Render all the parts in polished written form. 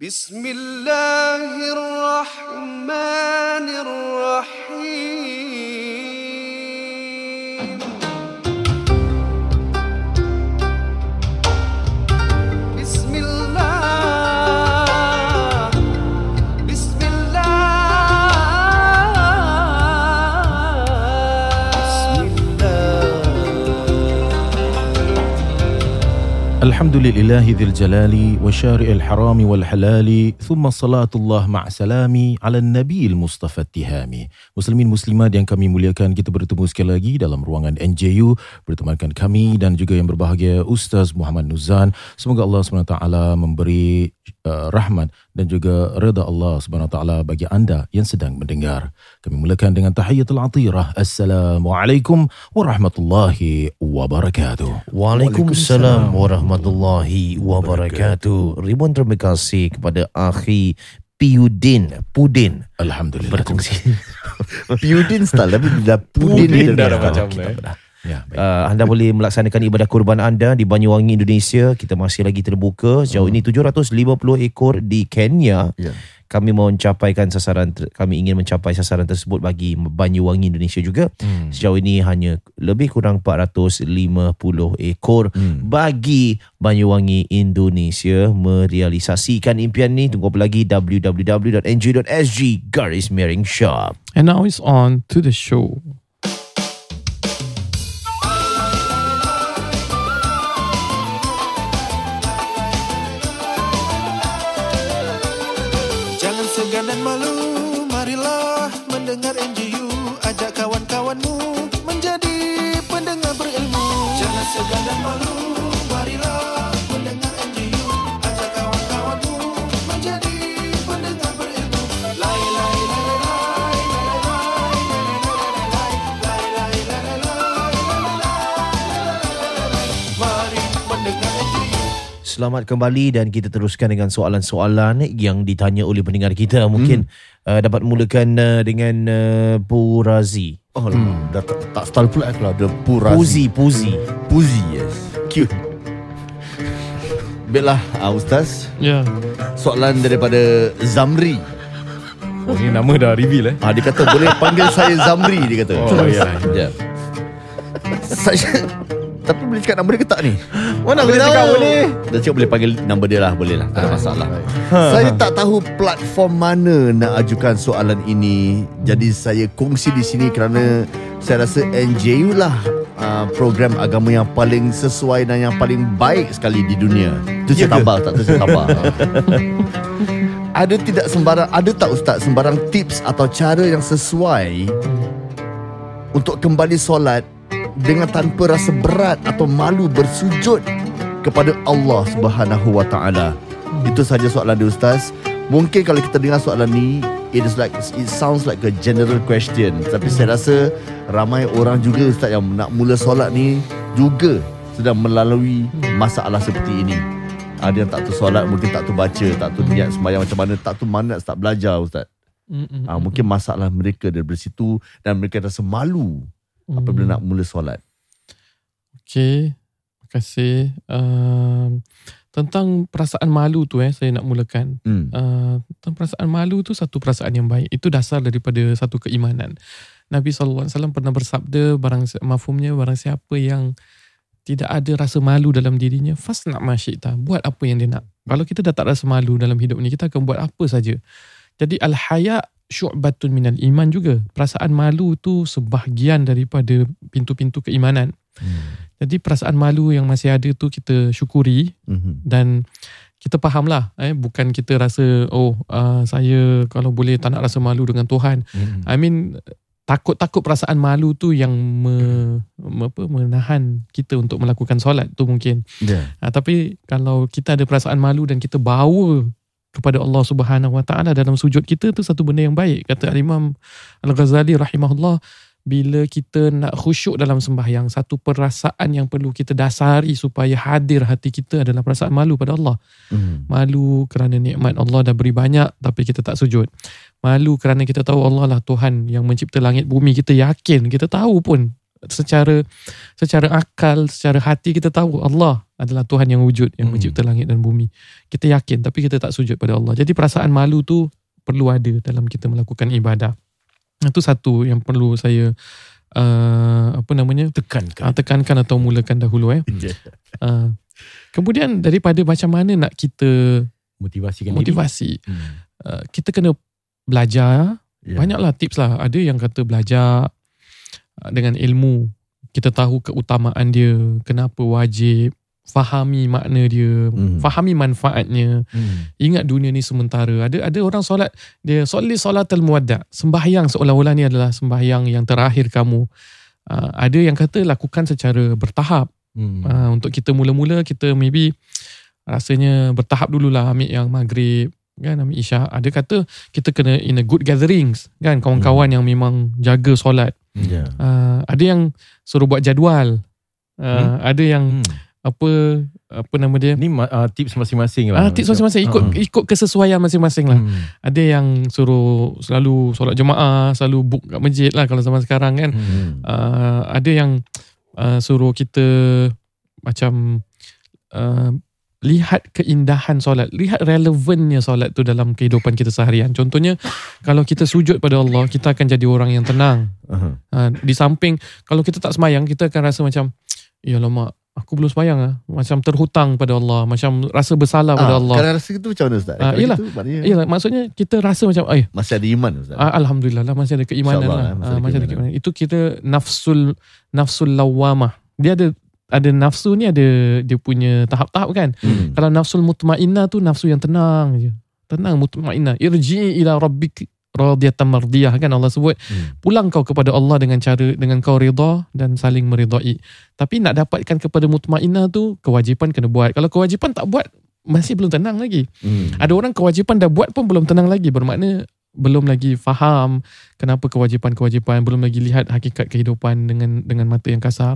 Bismillahirrahmanirrahim. Bismillah. Alhamdulillahi dzil jalali wa syari'il harami wal halali thumma salatullah ma'a salami ala nabiyil mustafa tihami. Muslimin muslimat yang kami muliakan, kita bertemu sekali lagi dalam ruangan NJU bertemankan kami dan juga yang berbahagia Ustaz Muhammad Nuzan. Semoga Allah SWT memberi rahmat dan juga redha Allah SWT bagi anda yang sedang mendengar. Kami mulakan dengan tahiyatul atirah. Assalamualaikum warahmatullahi wabarakatuh. Waalaikumsalam warahmatullahi wabarakatuh. Ribuan terima kasih kepada akhi Pudin. Alhamdulillah. Berkongsi. Pudin style tapi dah Pudin dah macam Ya, anda boleh melaksanakan ibadah kurban anda di Banyuwangi, Indonesia. Kita masih lagi terbuka. Sejauh ini 750 ekor di Kenya. Kami mau mencapaikan sasaran, kami ingin mencapai sasaran tersebut bagi Banyuwangi, Indonesia juga. Sejauh ini hanya lebih kurang 450 ekor bagi Banyuwangi, Indonesia merealisasikan impian ni. Tunggu apa lagi? www.nj.sg/shop. And now it's on to the show. Jangan segan dan malu, marilah mendengar NJU. Ajak kawan-kawanmu menjadi pendengar berilmu. Jangan segan dan malu, marilah mendengar NJU. Ajak kawan-kawanmu menjadi pendengar berilmu. Lai lai lai lai lai lai lai lai lai. Mari mendengar NJU. Selamat kembali dan kita teruskan dengan soalan-soalan yang ditanya oleh pendengar kita. Mungkin dapat mulakan dengan Purazi. Oh, dah tak style pula kalau ada Purazi. Puzi. Yes. Cute. Baiklah, Ustaz. Ya. Soalan daripada Zamri. Oh, ni nama dah reveal Dia kata boleh panggil saya Zamri, dia kata. Oh, ya. Sekejap. Saya tapi boleh cakap nombor dia ke tak ni? Mana boleh boleh cakap tahu? boleh. Dah cakap boleh panggil nombor dia lah. Boleh lah, tak ada masalah. Saya tak tahu platform mana nak ajukan soalan ini. Jadi saya kongsi di sini kerana saya rasa NJU lah program agama yang paling sesuai dan yang paling baik sekali di dunia. Itu saya tambah, tak tu saya tambah. Ada tak Ustaz sembarang tips atau cara yang sesuai untuk kembali solat dengan tanpa rasa berat atau malu bersujud kepada Allah Subhanahu Wa Taala? Itu saja soalan dia, Ustaz. Mungkin kalau kita dengar soalan ni, it sounds like a general question, tapi saya rasa ramai orang juga, Ustaz, yang nak mula solat ni juga sedang melalui masalah seperti ini. Ada yang tak tahu solat, mungkin tak tahu baca, tak tahu niat sembahyang macam mana, tak tahu mana nak start belajar, Ustaz. Mungkin masalah mereka dari situ dan mereka rasa malu apabila nak mula solat. Okey, terima kasih. Tentang perasaan malu tu saya nak mulakan. Tentang perasaan malu tu satu perasaan yang baik. Itu dasar daripada satu keimanan. Nabi SAW pernah bersabda, mafhumnya barang siapa yang tidak ada rasa malu dalam dirinya, fasna ma syi'ta, buat apa yang dia nak. Kalau kita dah tak rasa malu dalam hidup ni, kita akan buat apa saja. Jadi al-haya syu'batun minal iman juga. Perasaan malu tu sebahagian daripada pintu-pintu keimanan. Jadi perasaan malu yang masih ada tu kita syukuri dan kita fahamlah. Bukan kita rasa saya kalau boleh tak nak rasa malu dengan Tuhan. I mean, takut perasaan malu tu yang menahan kita untuk melakukan solat tu mungkin. Tapi kalau kita ada perasaan malu dan kita bawa kepada Allah Subhanahu Wa Taala dalam sujud kita, tu satu benda yang baik. Kata Al-Imam Al-Ghazali rahimahullah, bila kita nak khusyuk dalam sembahyang, satu perasaan yang perlu kita dasari supaya hadir hati kita adalah perasaan malu pada Allah. Malu kerana nikmat Allah dah beri banyak tapi kita tak sujud. Malu kerana kita tahu Allah lah Tuhan yang mencipta langit bumi. Kita yakin, kita tahu pun secara akal, secara hati kita tahu Allah adalah Tuhan yang wujud, yang mencipta langit dan bumi. Kita yakin tapi kita tak sujud pada Allah. Jadi perasaan malu tu perlu ada dalam kita melakukan ibadah. Itu satu yang perlu saya tekankan atau mulakan dahulu. Kemudian daripada macam mana nak kita motivasi. Kita kena belajar. Banyaklah tips lah. Ada yang kata belajar dengan ilmu. Kita tahu keutamaan dia, kenapa wajib, fahami makna dia, fahami manfaatnya. Ingat dunia ni sementara. Ada orang solat, dia solatul muwadda', sembahyang seolah-olah ni adalah sembahyang yang terakhir kamu. Ada yang kata lakukan secara bertahap. Untuk kita mula-mula, kita maybe rasanya bertahap dululah, ambil yang maghrib, kan, ambil isyak. Ada kata kita kena in a good gatherings, kan, kawan-kawan yang memang jaga solat. Ada yang suruh buat jadual. Ada yang apa nama dia? Ni tips masing-masing lah. Tips masing-masing ikut kesesuaian masing-masing lah. Ada yang suruh selalu solat jemaah, selalu book kat masjid lah kalau zaman sekarang, kan. Ada yang suruh kita macam lihat keindahan solat, lihat relevannya solat tu dalam kehidupan kita seharian. Contohnya, kalau kita sujud pada Allah, kita akan jadi orang yang tenang. Di samping, kalau kita tak semayang, kita akan rasa macam, ya lama, aku belum semayang lah. Macam terhutang pada Allah, macam rasa bersalah pada Allah. Kalau rasa itu macam mana, Ustaz? Yelah, maksudnya kita rasa macam masih ada iman, Ustaz? Alhamdulillah lah, masih ada keimanan lah. Masih ada keimanan. Itu kita nafsul lawamah. Dia ada nafsu ni, ada dia punya tahap-tahap, kan. Kalau nafsul mutmainnah tu nafsu yang tenang je. Tenang, mutmainnah. Irji'i ila rabbik radiyatan mardiyah, kan Allah sebut. Pulang kau kepada Allah dengan kau rida dan saling meridai. Tapi nak dapatkan kepada mutmainnah tu, kewajipan kena buat. Kalau kewajipan tak buat, masih belum tenang lagi. Ada orang kewajipan dah buat pun belum tenang lagi, bermakna belum lagi faham kenapa kewajipan-kewajipan, belum lagi lihat hakikat kehidupan dengan mata yang kasar,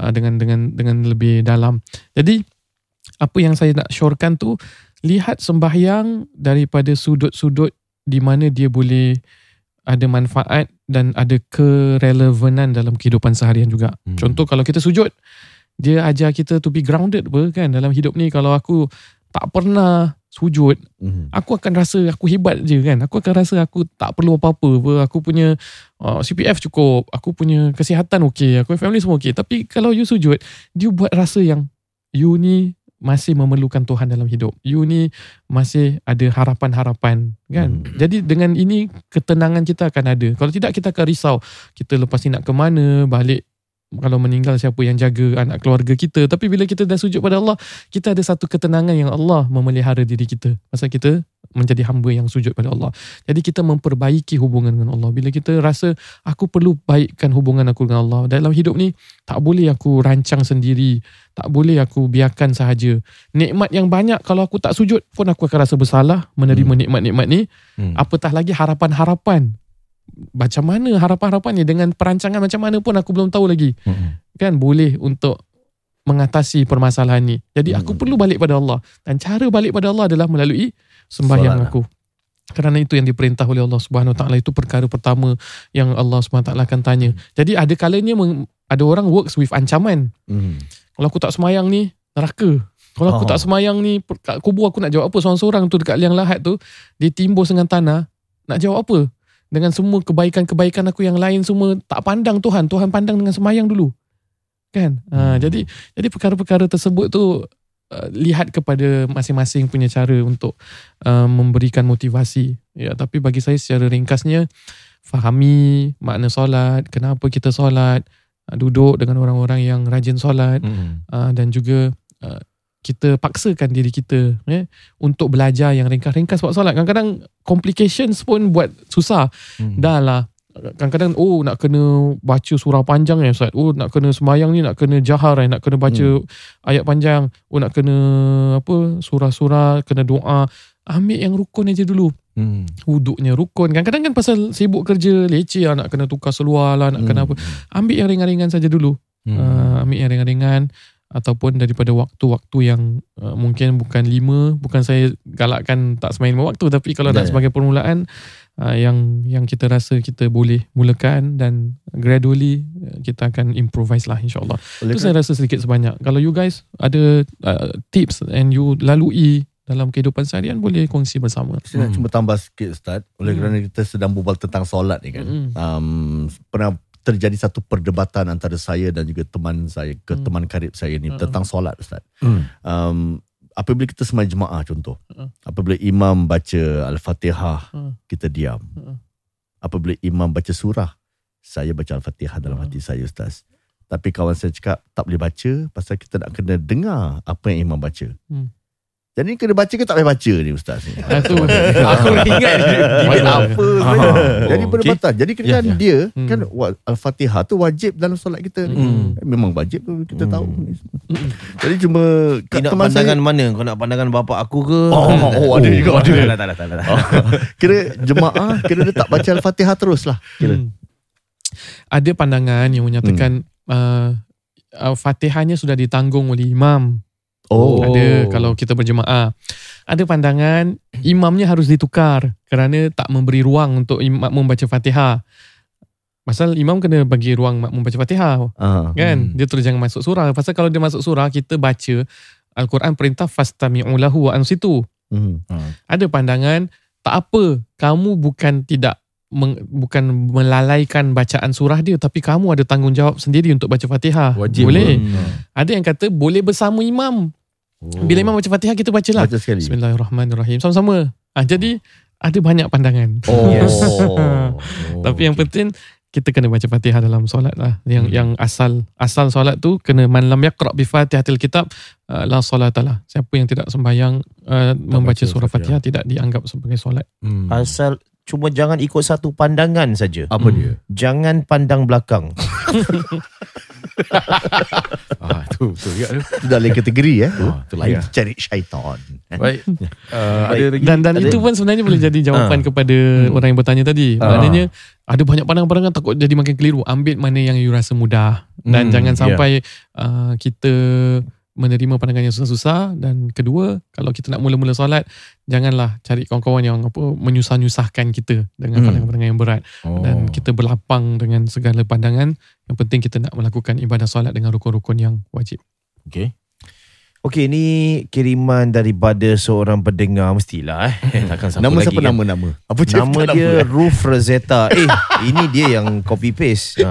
dengan lebih dalam. Jadi apa yang saya nak syorkan tu, lihat sembahyang daripada sudut-sudut di mana dia boleh ada manfaat dan ada kerelevanan dalam kehidupan seharian juga. Contoh, kalau kita sujud, dia ajar kita to be grounded, kan, dalam hidup ni. Kalau aku tak pernah sujud, aku akan rasa aku hebat je, kan. Aku akan rasa aku tak perlu apa-apa. Aku punya CPF cukup, aku punya kesihatan okey, aku punya family semua okey. Tapi kalau you sujud, dia buat rasa yang you ni masih memerlukan Tuhan dalam hidup. You ni masih ada harapan-harapan, kan. Jadi dengan ini ketenangan kita akan ada. Kalau tidak, kita akan risau. Kita lepas ni nak ke mana, balik, kalau meninggal siapa yang jaga anak keluarga kita. Tapi bila kita dah sujud pada Allah, kita ada satu ketenangan yang Allah memelihara diri kita. Pasal kita menjadi hamba yang sujud pada Allah. Jadi kita memperbaiki hubungan dengan Allah. Bila kita rasa aku perlu baikkan hubungan aku dengan Allah. Dalam hidup ni tak boleh aku rancang sendiri. Tak boleh aku biarkan sahaja. Nikmat yang banyak, kalau aku tak sujud pun aku akan rasa bersalah menerima nikmat-nikmat ni. Apatah lagi harapan-harapan. Macam mana harapan-harapannya, dengan perancangan macam mana pun aku belum tahu lagi. Kan, boleh untuk mengatasi permasalahan ni. Jadi aku perlu balik pada Allah. Dan cara balik pada Allah adalah melalui sembahyang aku. Kerana itu yang diperintah oleh Allah Subhanahu Wa Taala. Itu perkara pertama yang Allah Subhanahu Wa Taala akan tanya. Jadi ada kalanya ada orang works with ancaman. Kalau aku tak semayang ni, neraka. Kalau aku tak semayang ni, kat kubur aku nak jawab apa? Seorang-seorang tu dekat liang lahat tu, dia timbus dengan tanah, nak jawab apa? Dengan semua kebaikan-kebaikan aku yang lain semua tak pandang Tuhan. Tuhan pandang dengan semayang dulu, kan. Jadi perkara-perkara tersebut tu lihat kepada masing-masing punya cara untuk memberikan motivasi. Ya, tapi bagi saya secara ringkasnya, fahami makna solat, kenapa kita solat, duduk dengan orang-orang yang rajin solat, dan juga kita paksakan diri kita untuk belajar yang ringkas-ringkas buat solat. Kadang-kadang complications pun buat susah. Dah lah, kadang-kadang nak kena baca surah panjang Ustaz. Nak kena semayang ni, nak kena jahar, nak kena baca ayat panjang. Nak kena surah-surah, kena doa. Ambil yang rukun aja dulu. Wuduknya rukun. Kadang-kadang kan pasal sibuk kerja, leceh lah, nak kena tukar seluar lah, nak kena apa. Ambil yang ringan-ringan saja dulu. Ambil yang ringan-ringan. ataupun daripada waktu-waktu yang mungkin bukan 5, bukan saya galakkan tak semain 5 waktu, tapi kalau nak sebagai permulaan yang kita rasa kita boleh mulakan dan gradually kita akan improvise lah insyaAllah. Itu saya rasa sedikit sebanyak. Kalau you guys ada tips and you lalui dalam kehidupan seharian, boleh kongsi bersama. Saya nak cuma tambah sikit Ustaz, oleh kerana kita sedang berbual tentang solat ni kan. Pernah terjadi satu perdebatan antara saya dan juga teman saya, teman karib saya ni tentang solat Ustaz. Apabila kita sembahyang jemaah contoh, apabila imam baca Al-Fatihah, kita diam. Apabila imam baca surah, saya baca Al-Fatihah dalam hati saya Ustaz. Tapi kawan saya cakap tak boleh baca pasal kita nak kena dengar apa yang imam baca. Jadi kena baca ke tak boleh baca ni Ustaz ni? Aku ingat debate apa sebenarnya. Jadi perdebatan. Jadi kan dia kan Al-Fatihah tu wajib dalam solat kita. Memang wajib tu kita tahu. Jadi cuma nak pandangan saya, mana? Kau nak pandangan bapa aku ke? Ada juga. Tak. Kira jemaah kira dia tak baca Al-Fatihah terus lah. Ada pandangan yang menyatakan Fatihahnya sudah ditanggung oleh imam. Ada kalau kita berjemaah. Ada pandangan imamnya harus ditukar kerana tak memberi ruang untuk makmum baca Fatihah. Pasal imam kena bagi ruang makmum baca Fatihah. Kan? Dia terus jangan masuk surah. Pasal kalau dia masuk surah, kita baca Al-Quran perintah fastami'u lahu wa ansitu. Ada pandangan tak apa, kamu bukan melalaikan bacaan surah dia, tapi kamu ada tanggungjawab sendiri untuk baca Fatihah. Wajib. Boleh. Ada yang kata boleh bersama imam. Bila imam baca Fatihah, kita bacalah. Baca sekali. Bismillahirrahmanirrahim. Sama-sama. Jadi ada banyak pandangan. Tapi yang penting kita kena baca Fatihah dalam solat lah. Yang asal solat tu kena man lam yaqra bi Fatihatil kitab la salatalah. Siapa yang tidak sembahyang membaca surah Fatihah tidak dianggap sebagai solat. Asal cuma jangan ikut satu pandangan saja. Apa dia? Jangan pandang belakang. Tu juga tu. Itu dah lain kategori tu lain. Cari syaitan. Baik. Ada lagi. Dan itu pun sebenarnya boleh jadi jawapan kepada orang yang bertanya tadi. Maknanya ada banyak pandangan-pandangan, takut jadi makin keliru. Ambil mana yang you rasa mudah. Dan jangan sampai kita menerima pandangan yang susah-susah. Dan kedua, kalau kita nak mula-mula solat, janganlah cari kawan-kawan yang menyusah-nyusahkan kita dengan pandangan-pandangan yang berat. Dan kita berlapang dengan segala pandangan. Yang penting kita nak melakukan ibadah solat dengan rukun-rukun yang wajib. Okey, ni kiriman daripada seorang pendengar, mestilah takkan siapa nama lagi siapa kan? nama? Apa Nama dia Ruth Rosetta. Ini dia yang copy paste.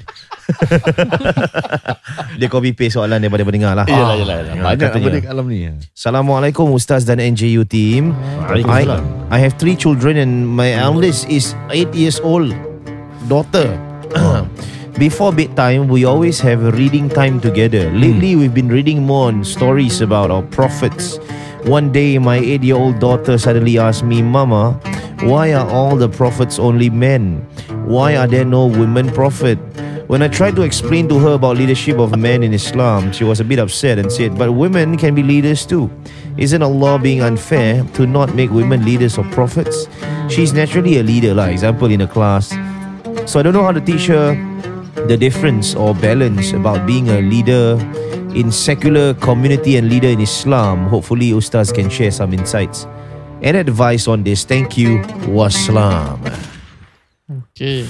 Dia copy paste soalan daripada pendengar lah. Yalah. Banyak apa dia kat alam ni. Assalamualaikum Ustaz dan NJU team. I have 3 children and my eldest is 8 years old daughter. Before bedtime, we always have a reading time together. Lately, we've been reading more on stories about our prophets. One day, my 8-year-old daughter suddenly asked me, Mama, why are all the prophets only men? Why are there no women prophet? When I tried to explain to her about leadership of men in Islam, she was a bit upset and said, but women can be leaders too. Isn't Allah being unfair to not make women leaders or prophets? She's naturally a leader, example in a class. So I don't know how to teach her the difference or balance about being a leader in secular community and leader in Islam. Hopefully Ustaz can share some insights and advice on this. Thank you. Wassalam. Okay.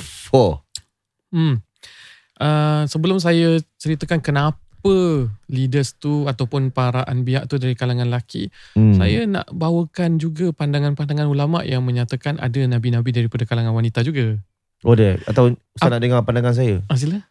Sebelum saya ceritakan kenapa leaders tu ataupun para anbiya tu dari kalangan lelaki, saya nak bawakan juga pandangan-pandangan ulama yang menyatakan ada nabi-nabi daripada kalangan wanita juga. Dia atau Ustaz nak dengar pandangan saya? Sila.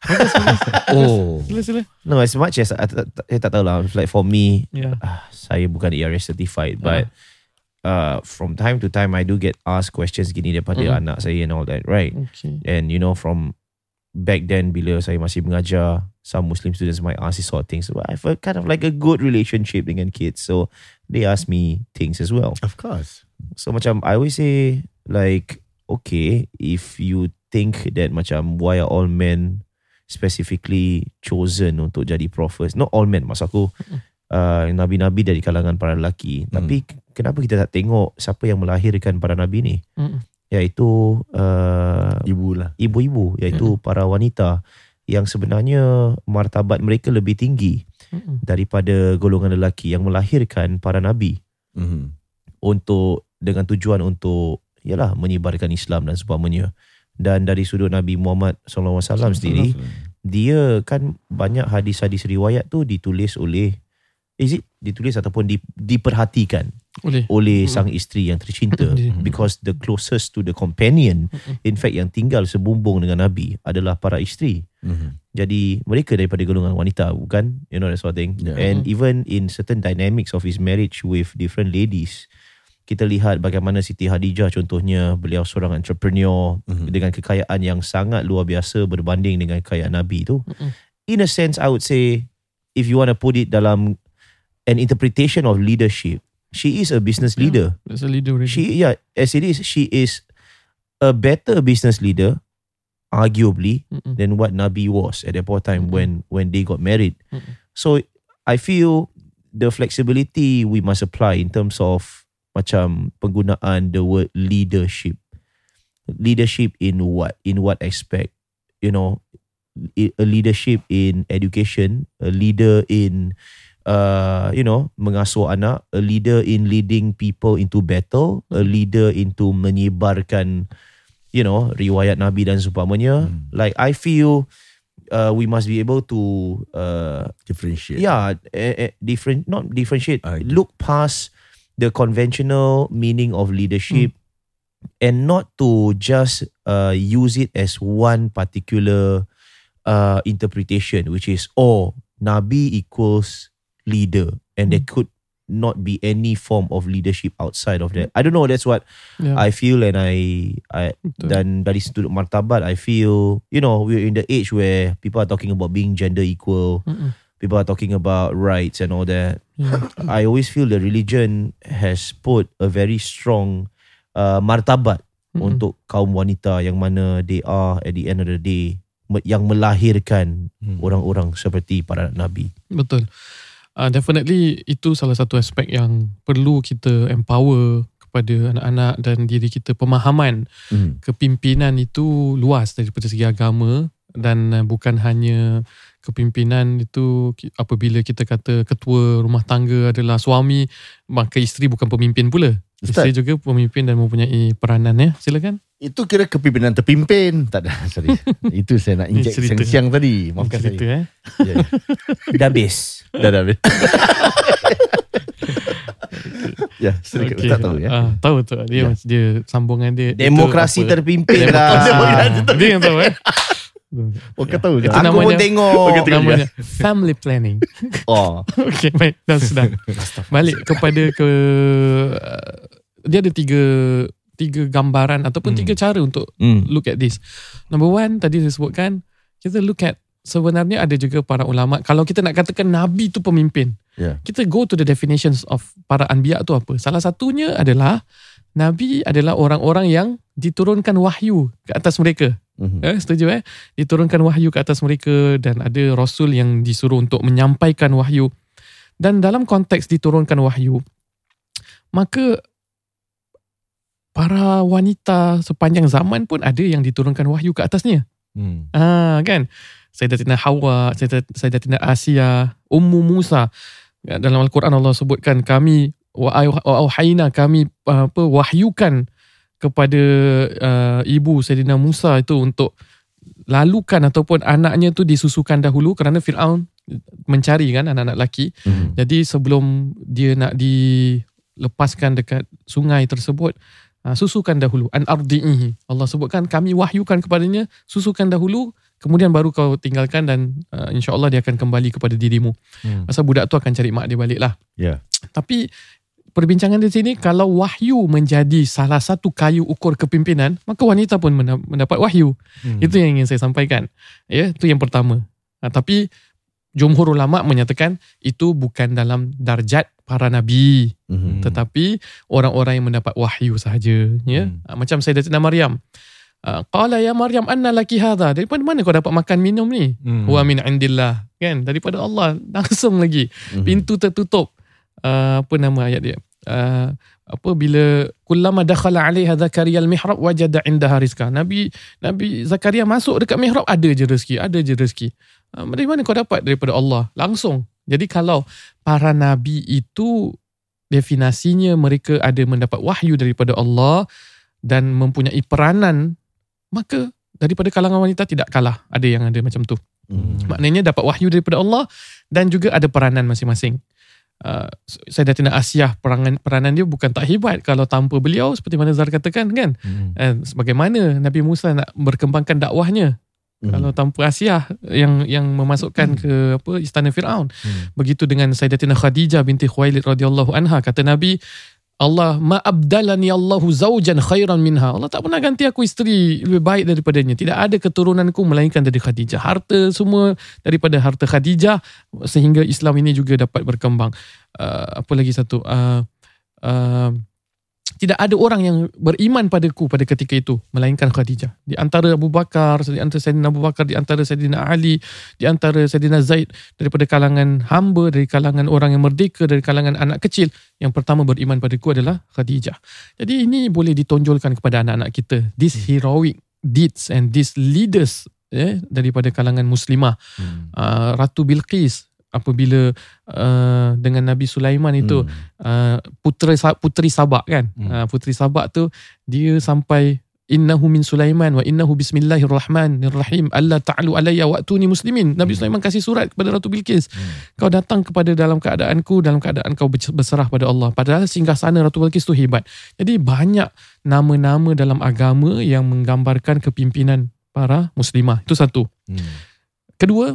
Sila. No, as much as saya tak tahu lah. Like for me, saya bukan ERS certified, but from time to time I do get asked questions gini daripada anak saya and all that, right? Okay. And from back then bila saya masih mengajar, some Muslim students might ask these sort of things. So I have kind of like a good relationship dengan kids, so they ask me things as well. Of course. So macam I always say like, okay, if you think that macam why are all men specifically chosen untuk jadi prophets? Not all men, maksud aku nabi-nabi dari kalangan para lelaki. Tapi kenapa kita tak tengok siapa yang melahirkan para nabi ni? Iaitu ibu-ibu, iaitu para wanita yang sebenarnya martabat mereka lebih tinggi daripada golongan lelaki yang melahirkan para nabi untuk dengan tujuan untuk ialah menyebarkan Islam dan sebagainya. Dan dari sudut Nabi Muhammad SAW sendiri, dia kan banyak hadis-hadis riwayat tu ditulis oleh ditulis ataupun diperhatikan oleh sang isteri yang tercinta, because the closest to the companion, in fact yang tinggal sebumbung dengan Nabi adalah para isteri. Jadi mereka daripada golongan wanita, bukan, you know, that sort of thing. And even in certain dynamics of his marriage with different ladies, kita lihat bagaimana Siti Khadijah contohnya, beliau seorang entrepreneur dengan kekayaan yang sangat luar biasa berbanding dengan kekayaan Nabi tu. In a sense, I would say, if you want to put it dalam an interpretation of leadership, she is a business leader. That's a leader already. As it is, she is a better business leader, arguably, than what Nabi was at that point of time when they got married. So I feel the flexibility we must apply in terms of macam penggunaan the word leadership. Leadership in what? In what aspect? You know, a leadership in education, a leader in mengasuh anak, a leader in leading people into battle, a leader into menyebarkan, riwayat Nabi dan seumpamanya. Like I feel we must be able to differentiate. Not differentiate. Look past the conventional meaning of leadership and not to just use it as one particular interpretation, which is, Nabi equals leader, and there could not be any form of leadership outside of that. I don't know, that's what I feel, and I dan dari sudut martabat, I feel, we're in the age where people are talking about being gender equal, people are talking about rights and all that. I always feel the religion has put a very strong martabat untuk kaum wanita yang mana they are at the end of the day yang melahirkan orang-orang seperti para Nabi. Betul. Definitely itu salah satu aspek yang perlu kita empower kepada anak-anak dan diri kita. Pemahaman kepimpinan itu luas daripada segi agama, dan bukan hanya kepimpinan itu apabila kita kata ketua rumah tangga adalah suami, maka isteri bukan pemimpin pula. Isteri juga pemimpin dan mempunyai peranan, ya. Silakan. Itu kira kepimpinan terpimpin. Tak ada, sorry. Itu saya nak injek siang-siang tadi. Maafkan saya. Dah habis. Dah habis. Ya, sedikit Ustaz tahu ya. Tahu tu. Dia sambungan dia. Demokrasi itu terpimpin lah. Dia yang tahu, Kau tahu itu tak? Aku pun tengok. Namanya family planning. Okay, baik. Dah sedang. Balik kepada dia ada tiga gambaran ataupun tiga cara untuk look at this. Number one, tadi saya sebutkan, kita look at, sebenarnya ada juga para ulama, kalau kita nak katakan Nabi tu pemimpin, kita go to the definitions of para anbiya tu apa. Salah satunya adalah Nabi adalah orang-orang yang diturunkan wahyu ke atas mereka. Setuju diturunkan wahyu ke atas mereka, dan ada Rasul yang disuruh untuk menyampaikan wahyu. Dan dalam konteks diturunkan wahyu, maka para wanita sepanjang zaman pun ada yang diturunkan wahyu ke atasnya. Kan? Sayyidatina Hawa, Sayyidatina Asia, Ummu Musa. Dalam Al-Quran Allah sebutkan, kami wa'auhayna, kami wahyukan kepada ibu Sayyidina Musa itu untuk lalukan ataupun anaknya tu disusukan dahulu, kerana Fir'aun mencari kan anak-anak lelaki. Jadi sebelum dia nak dilepaskan dekat sungai tersebut, susukan dahulu, an ardi'ihi. Allah sebutkan kami wahyukan kepadanya, susukan dahulu, kemudian baru kau tinggalkan, dan insya-Allah dia akan kembali kepada dirimu. Pasal budak tu akan cari mak dia balik lah. Tapi perbincangan di sini, kalau wahyu menjadi salah satu kayu ukur kepimpinan, maka wanita pun mendapat wahyu. Itu yang ingin saya sampaikan. Itu yang pertama. Tapi jumhur ulama menyatakan itu bukan dalam darjat para nabi, tetapi orang-orang yang mendapat wahyu sahaja. Macam Sayyidatina Maryam. Qala ya Maryam anna laki hadha, daripada mana kau dapat makan minum ni? Huwa min indillah, kan, daripada Allah langsung lagi. Pintu tertutup. Apa nama ayat dia? Bila kullama dakhala 'alaiha Zakaria al-mihrab wajada 'indaha rizqa. Nabi Zakaria masuk dekat mihrab, ada je rezeki. Dari mana kau dapat? Daripada Allah. Langsung Jadi kalau para nabi itu definisinya mereka ada mendapat wahyu daripada Allah dan mempunyai peranan, maka daripada kalangan wanita tidak kalah. Ada yang ada macam tu. Maknanya dapat wahyu daripada Allah dan juga ada peranan masing-masing. Sayyidatina Asyah, peranan dia bukan tak hebat kalau tanpa beliau, seperti mana Zar katakan kan. Sebagaimana Nabi Musa nak berkembangkan dakwahnya, kalau tanpa Asyah yang memasukkan ke istana Firaun. Begitu dengan Sayyidatina Khadijah binti Khuwailid radhiyallahu anha, kata Nabi, Allah ma abdalani Allahu zaujan khairan minha. Allah tak pernah ganti aku isteri lebih baik daripadanya. Tidak ada keturunanku melainkan dari Khadijah. Harta semua daripada harta Khadijah, sehingga Islam ini juga dapat berkembang. Apa lagi satu? Tidak ada orang yang beriman padaku pada ketika itu melainkan Khadijah. Di antara Abu Bakar, di antara Sayyidina Abu Bakar, di antara Sayyidina Ali, di antara Sayyidina Zaid, daripada kalangan hamba, dari kalangan orang yang merdeka, dari kalangan anak kecil, yang pertama beriman padaku adalah Khadijah. Jadi ini boleh ditonjolkan kepada anak-anak kita. These heroic deeds and these leaders daripada kalangan muslimah. Ratu Bilqis apabila dengan Nabi Sulaiman itu puteri Sabak kan, puteri Sabak tu dia sampai innahu min Sulaiman wa innahu bismillahirrahmanirrahim alla ta'alu alayya wa'tuni muslimin. Nabi Sulaiman kasih surat kepada Ratu Bilqis, kau datang kepada dalam keadaanku, dalam keadaan kau berserah pada Allah. Padahal singgasana Ratu Bilqis tu hebat. Jadi banyak nama-nama dalam agama yang menggambarkan kepimpinan para muslimah. Itu satu. Kedua,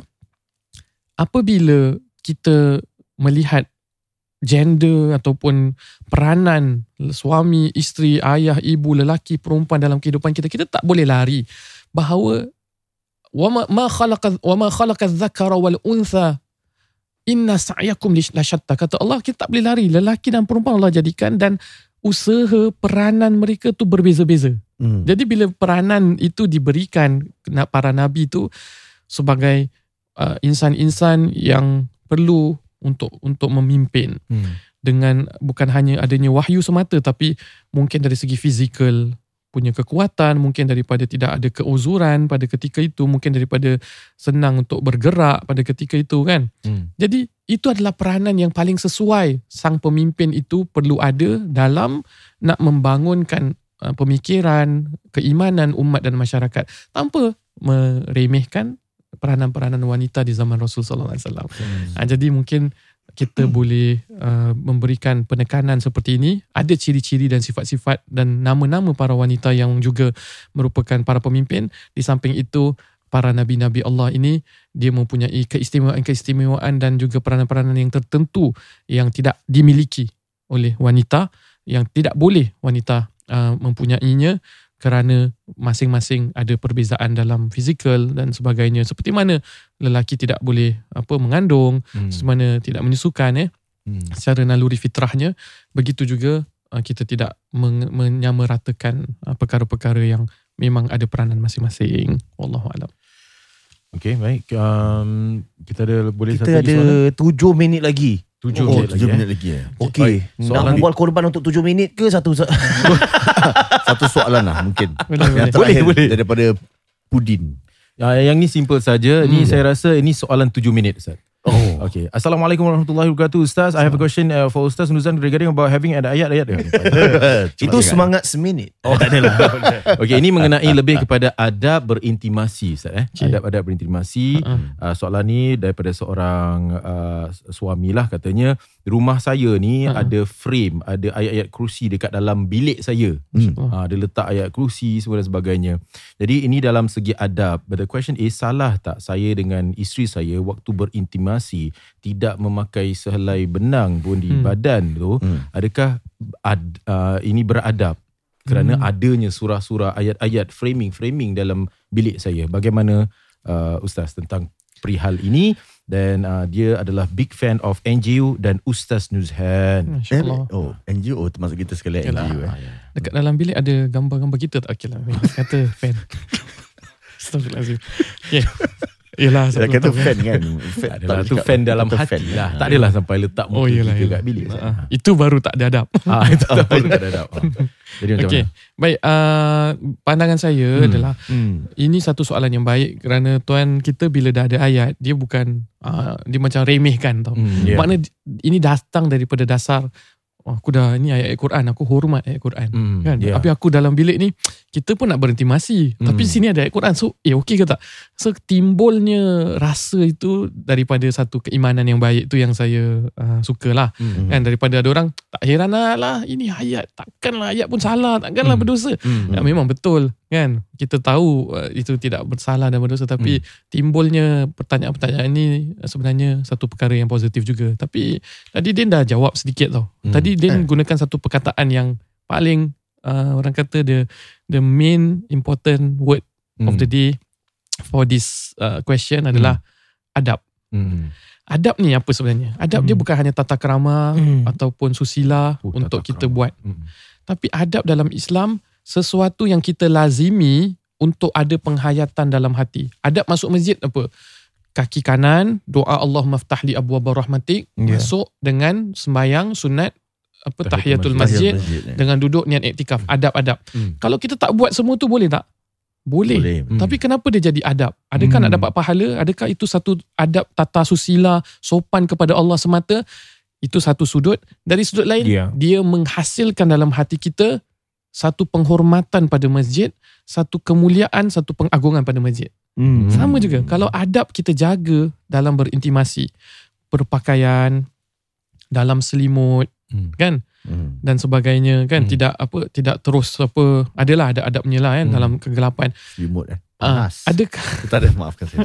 apabila kita melihat gender ataupun peranan suami, isteri, ayah, ibu, lelaki, perempuan dalam kehidupan kita, kita tak boleh lari bahawa wa ma khalaqa adh-dhakara wal untha inna sa'yakum lasyatta. Kata Allah, kita tak boleh lari. Lelaki dan perempuan Allah jadikan dan usaha peranan mereka tu berbeza-beza. Jadi bila peranan itu diberikan para nabi itu sebagai insan-insan yang perlu untuk memimpin dengan bukan hanya adanya wahyu semata, tapi mungkin dari segi fizikal punya kekuatan, mungkin daripada tidak ada keuzuran pada ketika itu, mungkin daripada senang untuk bergerak pada ketika itu kan. Jadi itu adalah peranan yang paling sesuai sang pemimpin itu perlu ada dalam nak membangunkan pemikiran, keimanan umat dan masyarakat, tanpa meremehkan peranan-peranan wanita di zaman Rasul sallallahu alaihi wasallam. Jadi mungkin kita boleh memberikan penekanan seperti ini. Ada ciri-ciri dan sifat-sifat dan nama-nama para wanita yang juga merupakan para pemimpin. Di samping itu, para nabi-nabi Allah ini dia mempunyai keistimewaan dan juga peranan-peranan yang tertentu yang tidak dimiliki oleh wanita, yang tidak boleh wanita mempunyainya, kerana masing-masing ada perbezaan dalam fizikal dan sebagainya. Seperti mana lelaki tidak boleh mengandung, seperti mana tidak menyusukan secara naluri fitrahnya, begitu juga kita tidak menyamaratakan perkara-perkara yang memang ada peranan masing-masing. Wallahu a'lam. Okey, baik. Kita ada boleh kita ada 7 minit lagi. 7 minit lagi. Okey. Nak berbual korban untuk 7 minit ke satu satu soalan lah mungkin. Boleh. Daripada Pudin. Yang ni simple saja. Ni saya rasa ini soalan 7 minit, Ustaz. Okay. Assalamualaikum warahmatullahi wabarakatuh, Ustaz. I have a question for Ustaz Nuzan regarding about having an ayat-ayat. Itu semangat seminit. Tak adalah. Okay, ini mengenai lebih kepada adab berintimasi, Ustaz. Adab-adab berintimasi. Soalan ni daripada seorang suami lah, katanya rumah saya ni ada frame, ada ayat-ayat kursi dekat dalam bilik saya. Dia letak ayat kursi semua dan sebagainya. Jadi ini dalam segi adab. But the question is, salah tak saya dengan isteri saya waktu berintimasi tidak memakai sehelai benang pun di badan tu? Adakah ini beradab kerana adanya surah-surah, ayat-ayat, framing dalam bilik saya? Bagaimana Ustaz tentang perihal ini? Dan dia adalah big fan of NGU dan Ustaz Nuzhan. NGU termasuk kita sekali NGU. Dekat dalam bilik ada gambar-gambar kita tak? Okay lah, kata fan. Astagfirullahaladzim. Yelah, Dia kata fan kan. Tak adalah tu fan dalam hati lah. Tak adalah sampai letak muka yelah, kita yelah. kat bilik. Itu baru tak ada adab. Itu tak ada adab. Jadi macam Okey, mana? baik. Pandangan saya adalah ini satu soalan yang baik kerana tuan kita bila dah ada ayat, dia bukan dia macam remehkan tau. Yeah. Makna ini datang daripada dasar aku dah ni ayat Quran, aku hormat ayat Quran kan. yeah. Tapi aku dalam bilik ni kita pun nak berintimasi, tapi sini ada ayat Quran, so okey ke tak? So timbulnya rasa itu daripada satu keimanan yang baik tu yang saya sukalah kan. Daripada ada orang tak heran lah ini ayat, takkanlah ayat pun salah, takkanlah berdosa. Ya, memang betul kan, kita tahu itu tidak bersalah dan berdosa, tapi timbulnya pertanyaan-pertanyaan ini sebenarnya satu perkara yang positif juga. Tapi tadi Din dah jawab sedikit tau. Tadi Din gunakan satu perkataan yang paling orang kata the main important word of the day for this question adalah adab. Adab ni apa sebenarnya? Adab dia bukan hanya tata krama ataupun susila untuk kita buat. Tapi adab dalam Islam sesuatu yang kita lazimi untuk ada penghayatan dalam hati. Adab masuk masjid apa? Kaki kanan, doa Allahumma ftahli abwaaba rahmatik, masuk dengan sembahyang sunat tahiyatul masjid, dengan duduk niat iktikaf. Adab-adab. Kalau kita tak buat semua tu boleh tak? Boleh. Tapi kenapa dia jadi adab? Adakah nak dapat pahala? Adakah itu satu adab tata susila, sopan kepada Allah semata? Itu satu sudut. Dari sudut lain, dia menghasilkan dalam hati kita satu penghormatan pada masjid, satu kemuliaan, satu pengagungan pada masjid. Sama juga. Kalau adab kita jaga dalam berintimasi, berpakaian, dalam selimut, kan? Dan sebagainya kan, tidak terus adalah ada adabnya lah kan, dalam kegelapan. Selimut panas. Adakah Tak ada, maafkan saya.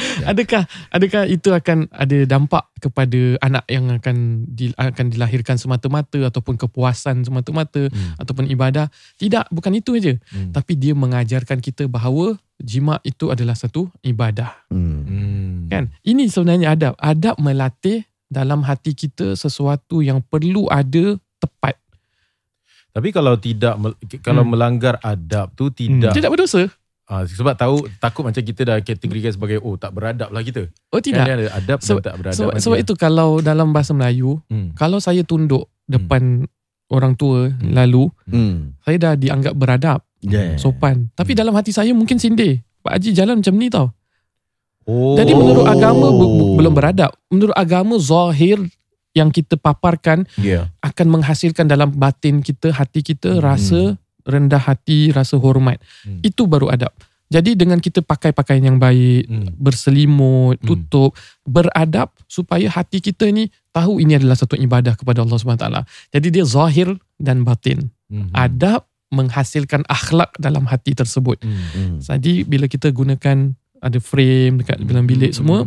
adakah itu akan ada dampak kepada anak yang akan dilahirkan semata-mata ataupun kepuasan semata-mata ataupun ibadah? Tidak, bukan itu aja. Tapi dia mengajarkan kita bahawa jima itu adalah satu ibadah. Kan? Ini sebenarnya adab. Adab melatih dalam hati kita sesuatu yang perlu ada tepat. Tapi kalau kalau melanggar adab tu tidak berdosa. Sebab takut macam kita dah kategorikan sebagai tak beradab lah kita. Tidak. Kan ada adab dan tak beradab. Sebab itu kalau dalam bahasa Melayu, kalau saya tunduk depan orang tua lalu, saya dah dianggap beradab, sopan. Tapi dalam hati saya mungkin sindir. Pak Haji jalan macam ni tau. Jadi menurut agama belum beradab. Menurut agama zahir yang kita paparkan akan menghasilkan dalam batin kita, hati kita rasa rendah hati, rasa hormat. Itu baru adab. Jadi dengan kita pakai pakaian yang baik, berselimut, tutup, beradab supaya hati kita ni tahu ini adalah satu ibadah kepada Allah SWT. Jadi dia zahir dan batin. Adab menghasilkan akhlak dalam hati tersebut. Jadi bila kita gunakan ada frame dekat dalam bilik semua,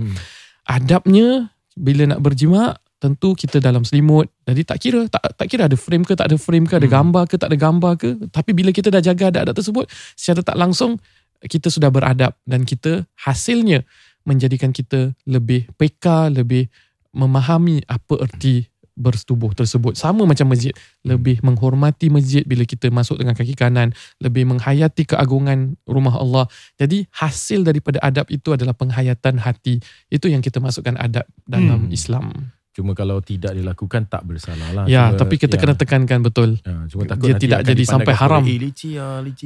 adabnya bila nak berjima tentu kita dalam selimut. Jadi tak kira ada frame ke tak ada frame ke, ada gambar ke tak ada gambar ke. Tapi bila kita dah jaga adab tersebut, secara tak langsung kita sudah beradab dan kita hasilnya menjadikan kita lebih peka, lebih memahami apa erti bersetubuh tersebut. Sama macam masjid, lebih menghormati masjid bila kita masuk dengan kaki kanan, lebih menghayati keagungan rumah Allah. Jadi hasil daripada adab itu adalah penghayatan hati. Itu yang kita masukkan adab dalam Islam. Cuma kalau tidak dilakukan tak bersalah lah. Ya, tapi kita kena tekankan betul. Cuma takut dia tidak jadi sampai haram. Licin.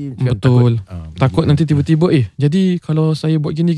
Betul. Takut nanti tiba-tiba jadi kalau saya buat gini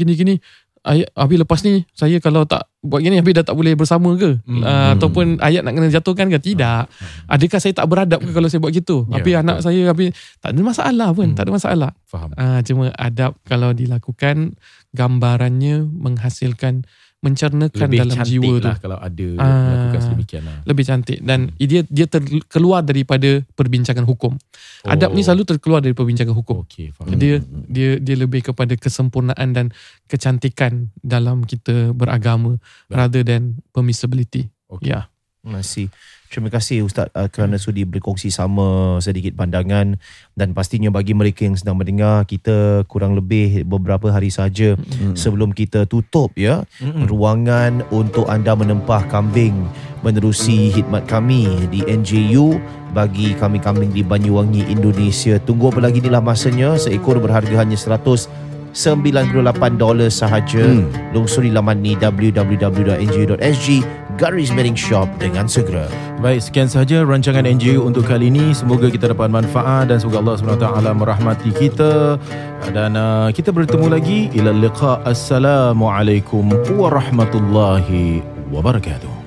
habis lepas ni saya kalau tak buat gini habis dah tak boleh bersama ke? Ataupun ayat nak kena jatuhkan ke? Tidak. Adakah saya tak beradab ke kalau saya buat gitu? Habis anak saya tak ada masalah pun, tak ada masalah. Faham. Cuma adab kalau dilakukan gambarannya menghasilkan, mencernakan lebih dalam jiwa tu. Lah kalau ada melakukan sedemikian lah. Lebih cantik dan dia keluar daripada perbincangan hukum. Adab ni selalu terkeluar dari perbincangan hukum. Okey, faham. Dia lebih kepada kesempurnaan dan kecantikan dalam kita beragama rather than permissibility. Okay. Terima kasih Ustaz kerana sudi berkongsi sama sedikit pandangan, dan pastinya bagi mereka yang sedang mendengar, kita kurang lebih beberapa hari saja sebelum kita tutup ruangan untuk anda menempah kambing menerusi khidmat kami di NJU bagi kambing-kambing di Banyuwangi, Indonesia. Tunggu apa lagi, inilah masanya. Seekor berharga hanya $100. $98 sahaja. Lungsuri laman ni www.nju.sg /shop dengan segera. Baik, sekian sahaja rancangan NGU untuk kali ini. Semoga kita dapat manfaat dan semoga Allah SWT merahmati kita. Dan kita bertemu lagi. Ila liqa. Assalamualaikum warahmatullahi wabarakatuh.